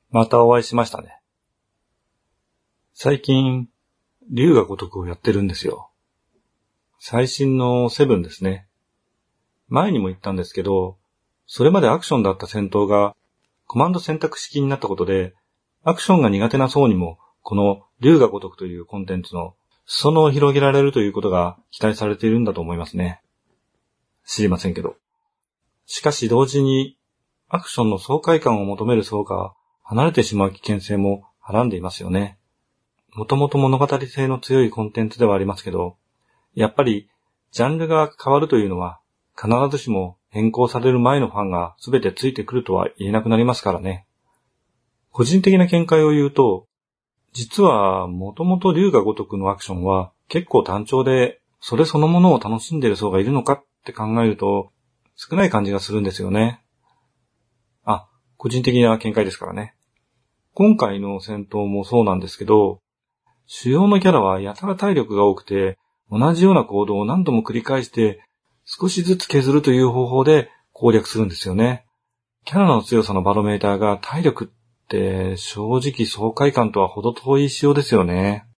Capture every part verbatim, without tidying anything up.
またお会いしましたね。最近、龍が如くをやってるんですよ。最新のセブンですね。前にも言ったんですけど、それまでアクションだった戦闘がコマンド選択式になったことで、アクションが苦手な層にも、この龍が如くというコンテンツの裾野を広げられるということが期待されているんだと思いますね。知りませんけど。しかし同時に、アクションの爽快感を求める層が離れてしまう危険性もはらんでいますよね。もともと物語性の強いコンテンツではありますけど、やっぱりジャンルが変わるというのは必ずしも変更される前のファンが全てついてくるとは言えなくなりますからね。個人的な見解を言うと、実はもともと龍が如くのアクションは結構単調で、それそのものを楽しんでいる層がいるのかって考えると少ない感じがするんですよね。あ、個人的な見解ですからね。今回の戦闘もそうなんですけど、主要のキャラはやたら体力が多くて、同じような行動を何度も繰り返して少しずつ削るという方法で攻略するんですよね。キャラの強さのバロメーターが体力って正直爽快感とは程遠い仕様ですよね。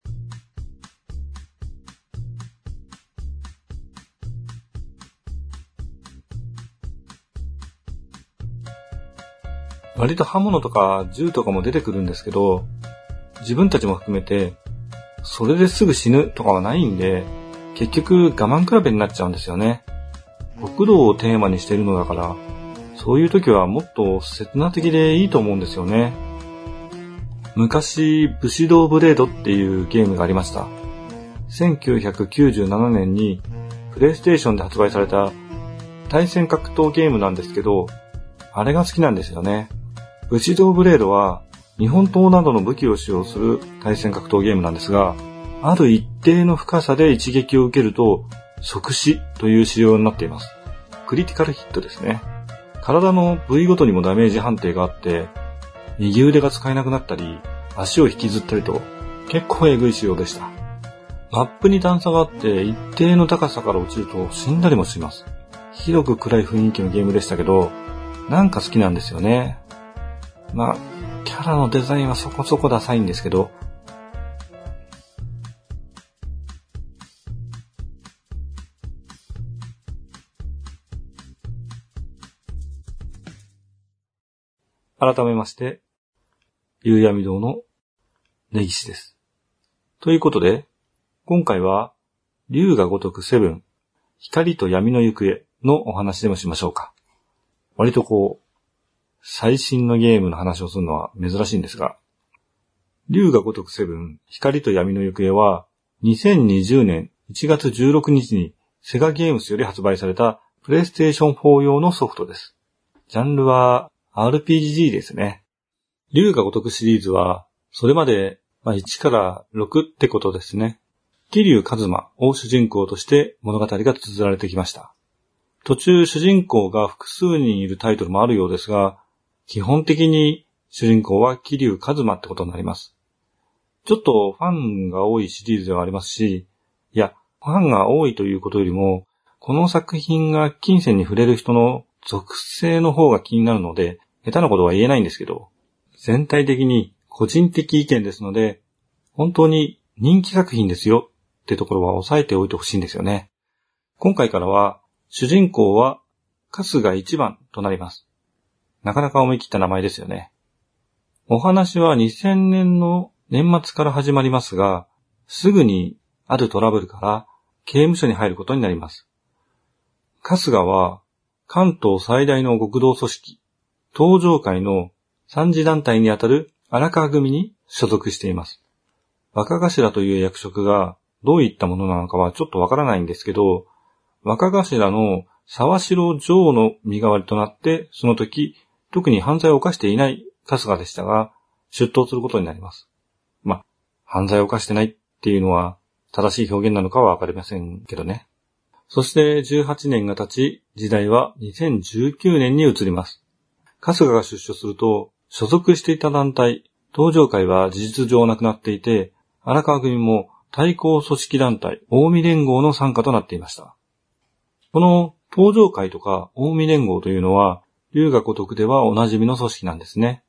割と刃物とか銃とかも出てくるんですけど、自分たちも含めてそれですぐ死ぬとかはないんで、結局我慢比べになっちゃうんですよね。極道をテーマにしているのだから、そういう時はもっと刹那的でいいと思うんですよね。昔、武士道ブレードっていうゲームがありました。せんきゅうひゃくきゅうじゅうななねんにプレイステーションで発売された対戦格闘ゲームなんですけど、あれが好きなんですよね。武士道ブレードは日本刀などの武器を使用する対戦格闘ゲームなんですが、ある一定の深さで一撃を受けると即死という仕様になっています。クリティカルヒットですね。体の部位ごとにもダメージ判定があって、右腕が使えなくなったり、足を引きずったりと結構えぐい仕様でした。マップに段差があって一定の高さから落ちると死んだりもします。ひどく暗い雰囲気のゲームでしたけど、なんか好きなんですよね。まあ、キャラのデザインはそこそこダサいんですけど、改めまして、夕闇堂の根岸です。ということで、今回は、龍が如くセブン、光と闇の行方のお話でもしましょうか。割とこう、最新のゲームの話をするのは珍しいんですが、龍が如くセブン、光と闇の行方は、にせんにじゅうねんいちがつじゅうろくにちにセガゲームスより発売されたプレイステーションフォー用のソフトです。ジャンルは アールピージー ですね。龍が如くシリーズは、それまでいちからろくってことですね。桐生一馬を主人公として物語が綴られてきました。途中主人公が複数人いるタイトルもあるようですが、基本的に主人公は桐生一馬ってことになります。ちょっとファンが多いシリーズではありますし、いや、ファンが多いということよりも、この作品が金銭に触れる人の属性の方が気になるので、下手なことは言えないんですけど、全体的に個人的意見ですので、本当に人気作品ですよってところは押さえておいてほしいんですよね。今回からは、主人公は春日一番となります。なかなか思い切った名前ですよね。お話はにせんねんの年末から始まりますが、すぐにあるトラブルから刑務所に入ることになります。春日は関東最大の極道組織、東上会の三次団体にあたる荒川組に所属しています。若頭という役職がどういったものなのかはちょっとわからないんですけど、若頭の沢城城の身代わりとなって、その時、特に犯罪を犯していない春日でしたが、出頭することになります。まあ、犯罪を犯してないっていうのは正しい表現なのかはわかりませんけどね。そしてじゅうはちねんが経ち、時代はにせんじゅうきゅうねんに移ります。春日が出所すると、所属していた団体、東上会は事実上なくなっていて、荒川組も対抗組織団体、近江連合の傘下となっていました。この東上会とか近江連合というのは、龍が如くではおなじみの組織なんですね。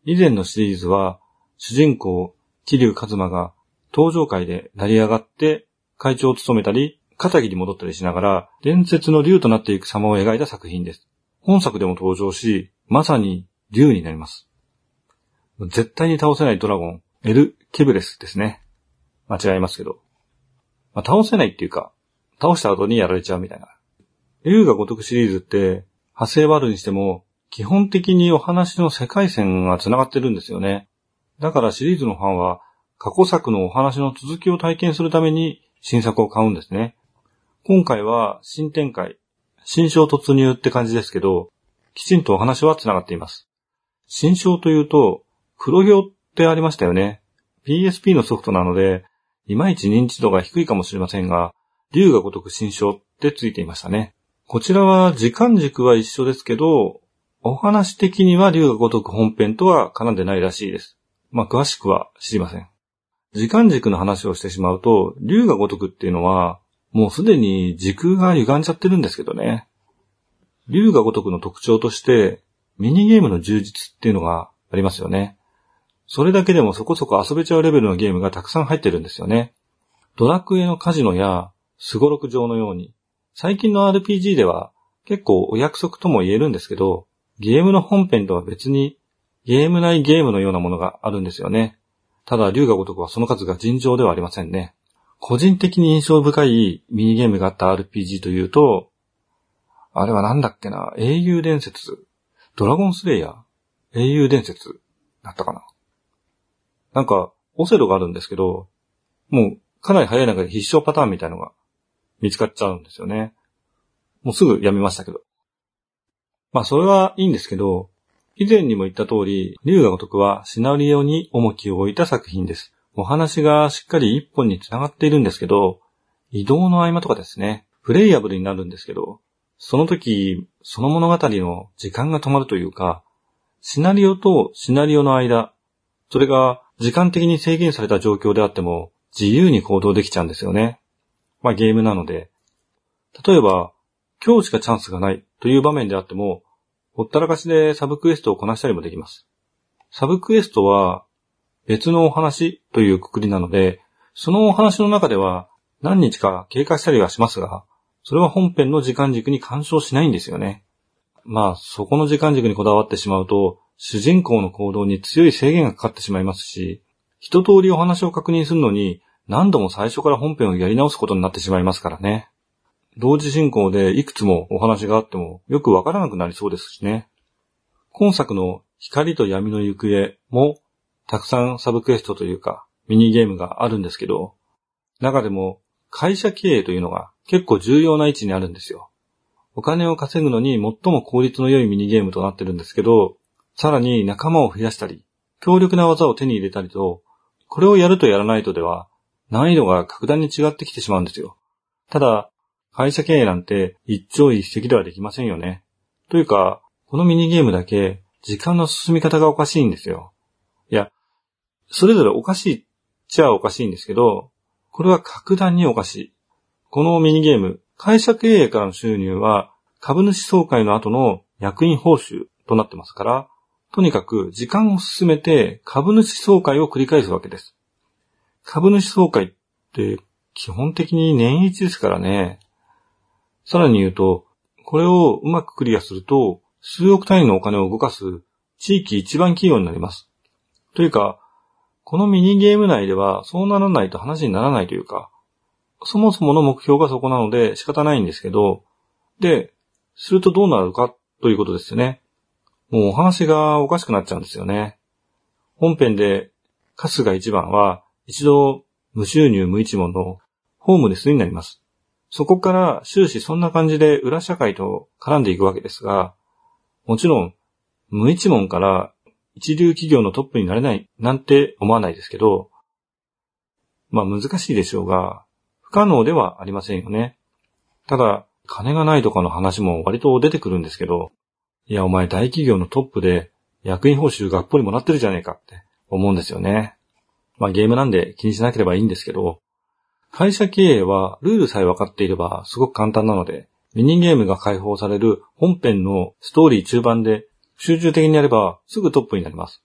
以前のシリーズは、主人公、桐生一馬が登場会で成り上がって会長を務めたり、片桐に戻ったりしながら、伝説の竜となっていく様を描いた作品です。本作でも登場し、まさに竜になります。絶対に倒せないドラゴン、エル・ケブレスですね。間違いますけど。まあ、倒せないっていうか、倒した後にやられちゃうみたいな。竜が如くシリーズって、派生はあるにしても、基本的にお話の世界線が繋がってるんですよね。だからシリーズのファンは、過去作のお話の続きを体験するために新作を買うんですね。今回は新展開、新章突入って感じですけど、きちんとお話は繋がっています。新章というと、黒豹ってありましたよね。ピーエスピー のソフトなので、いまいち認知度が低いかもしれませんが、竜が如く新章ってついていましたね。こちらは時間軸は一緒ですけど、お話的には竜が如く本編とは絡んでないらしいです。まあ詳しくは知りません。時間軸の話をしてしまうと、竜が如くっていうのは、もうすでに時空が歪んじゃってるんですけどね。竜が如くの特徴として、ミニゲームの充実っていうのがありますよね。それだけでもそこそこ遊べちゃうレベルのゲームがたくさん入ってるんですよね。ドラクエのカジノやスゴロク城のように、最近の アールピージー では結構お約束とも言えるんですけど、ゲームの本編とは別にゲーム内ゲームのようなものがあるんですよね。ただ竜が如くはその数が尋常ではありませんね。個人的に印象深いミニゲームがあった アールピージー というと、あれはなんだっけな、英雄伝説、ドラゴンスレイヤー、英雄伝説だったかな。なんか、オセロがあるんですけど、もうかなり早い中で必勝パターンみたいのが見つかっちゃうんですよね。もうすぐやめましたけど。まあそれはいいんですけど、以前にも言った通り、竜が如くはシナリオに重きを置いた作品です。お話がしっかり一本に繋がっているんですけど、移動の合間とかですね、プレイヤブルになるんですけど、その時、その物語の時間が止まるというか、シナリオとシナリオの間、それが時間的に制限された状況であっても、自由に行動できちゃうんですよね。まあゲームなので。例えば、今日しかチャンスがないという場面であっても、ほったらかしでサブクエストをこなしたりもできます。サブクエストは、別のお話という括りなので、そのお話の中では何日か経過したりはしますが、それは本編の時間軸に干渉しないんですよね。まあ、そこの時間軸にこだわってしまうと、主人公の行動に強い制限がかかってしまいますし、一通りお話を確認するのに何度も最初から本編をやり直すことになってしまいますからね。同時進行でいくつもお話があってもよくわからなくなりそうですしね。今作の光と闇の行方もたくさんサブクエストというかミニゲームがあるんですけど、中でも会社経営というのが結構重要な位置にあるんですよ。お金を稼ぐのに最も効率の良いミニゲームとなってるんですけど、さらに仲間を増やしたり、強力な技を手に入れたりと、これをやるとやらないとでは難易度が格段に違ってきてしまうんですよ。ただ、会社経営なんて一朝一夕ではできませんよね。というか、このミニゲームだけ時間の進み方がおかしいんですよ。いや、それぞれおかしいっちゃおかしいんですけど、これは格段におかしい。このミニゲーム、会社経営からの収入は株主総会の後の役員報酬となってますから、とにかく時間を進めて株主総会を繰り返すわけです。株主総会って基本的に年一ですからね。さらに言うと、これをうまくクリアすると、数億単位のお金を動かす地域一番企業になります。というか、このミニゲーム内ではそうならないと話にならないというか、そもそもの目標がそこなので仕方ないんですけど、で、するとどうなるかということですね。もうお話がおかしくなっちゃうんですよね。本編で春日一番は一度無収入無一文のホームレスになります。そこから終始そんな感じで裏社会と絡んでいくわけですが、もちろん無一文から一流企業のトップになれないなんて思わないですけど、まあ難しいでしょうが、不可能ではありませんよね。ただ、金がないとかの話も割と出てくるんですけど、いやお前大企業のトップで役員報酬がっぽりもらってるじゃねえかって思うんですよね。まあゲームなんで気にしなければいいんですけど、会社経営はルールさえ分かっていればすごく簡単なので、ミニゲームが開放される本編のストーリー中盤で集中的にやればすぐトップになります。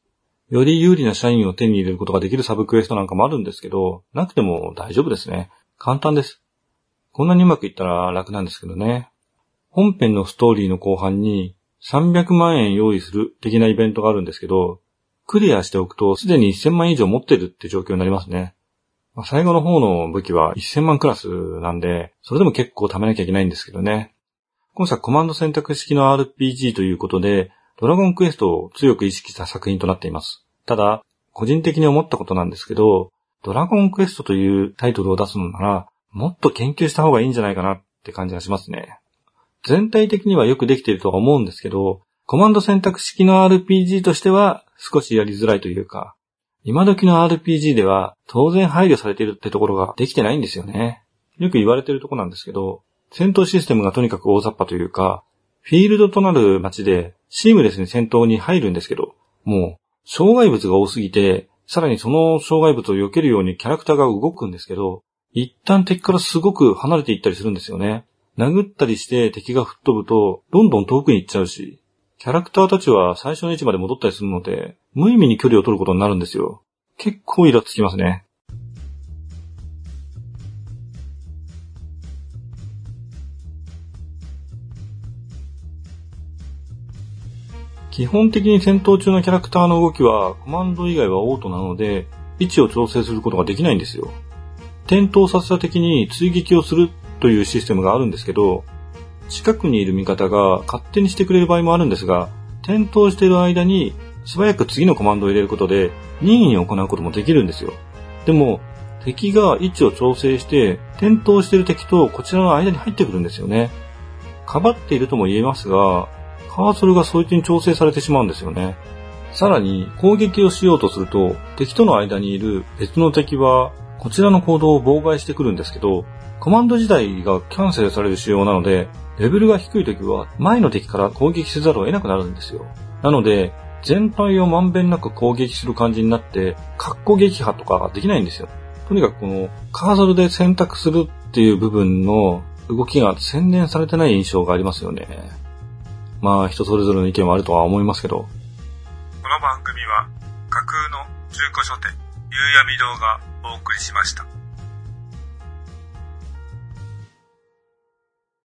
より有利な社員を手に入れることができるサブクエストなんかもあるんですけど、なくても大丈夫ですね。簡単です。こんなにうまくいったら楽なんですけどね。本編のストーリーの後半にさんびゃくまんえん用意する的なイベントがあるんですけど、クリアしておくとすでにせんまん以上持ってるって状況になりますね。まあ、最後の方の武器はせんまんクラスなんで、それでも結構貯めなきゃいけないんですけどね。今作コマンド選択式の アールピージー ということで、ドラゴンクエストを強く意識した作品となっています。ただ、個人的に思ったことなんですけど、ドラゴンクエストというタイトルを出すのなら、もっと研究した方がいいんじゃないかなって感じがしますね。全体的にはよくできているとは思うんですけど、コマンド選択式の アールピージー としては少しやりづらいというか、今時の アールピージー では当然配慮されているってところができてないんですよね。よく言われているところなんですけど、戦闘システムがとにかく大雑把というか、フィールドとなる街でシームレスに戦闘に入るんですけど、もう障害物が多すぎて、さらにその障害物を避けるようにキャラクターが動くんですけど、一旦敵からすごく離れていったりするんですよね。殴ったりして敵が吹っ飛ぶと、どんどん遠くに行っちゃうし、キャラクターたちは最初の位置まで戻ったりするので、無意味に距離を取ることになるんですよ。結構イラつきますね。基本的に戦闘中のキャラクターの動きはコマンド以外はオートなので、位置を調整することができないんですよ。転倒させた敵に追撃をするというシステムがあるんですけど、近くにいる味方が勝手にしてくれる場合もあるんですが、転倒している間に素早く次のコマンドを入れることで任意に行うこともできるんですよ。でも敵が位置を調整して転倒している敵とこちらの間に入ってくるんですよね。かばっているとも言えますが、カーソルがそいつに調整されてしまうんですよね。さらに攻撃をしようとすると敵との間にいる別の敵はこちらの行動を妨害してくるんですけど、コマンド自体がキャンセルされる仕様なので、レベルが低い時は前の敵から攻撃せざるを得なくなるんですよ。なので全体をまんべんなく攻撃する感じになって格好撃破とかができないんですよ。とにかくこのカーソルで選択するっていう部分の動きが洗練されてない印象がありますよね。まあ人それぞれの意見はあるとは思いますけど。 この番組は架空の中古書店夕闇堂がお送りしました。